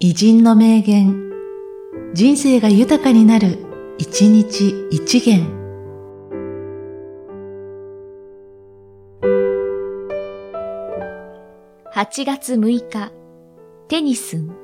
偉人の名言、人生が豊かになる、一日一元。 8月6日、テニスン。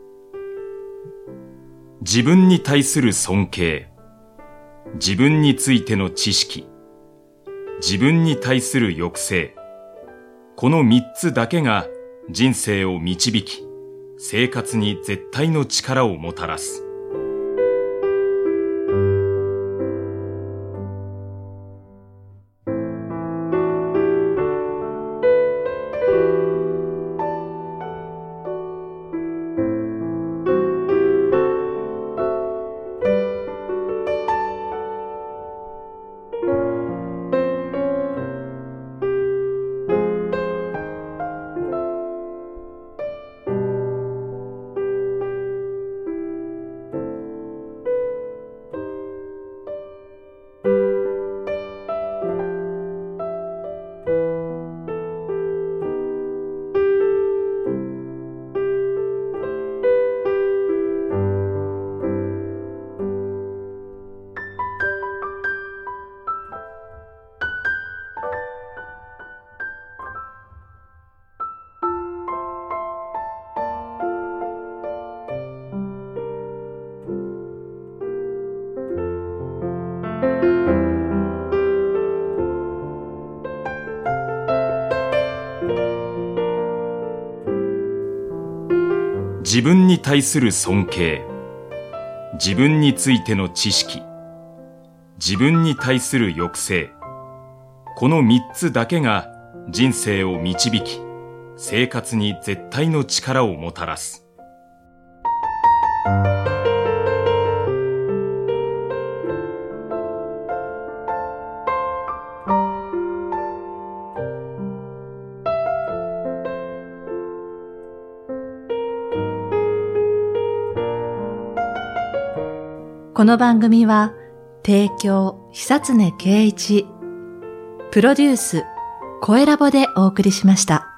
自分に対する尊敬、自分についての知識、自分に対する抑制、この3つだけが人生を導き、生活に絶対の力をもたらす。自分に対する尊敬、自分についての知識、自分に対する抑制、この3つだけが人生を導き、生活に絶対の力をもたらす。 この番組は、提供、久常圭一、プロデュース、声ラボでお送りしました。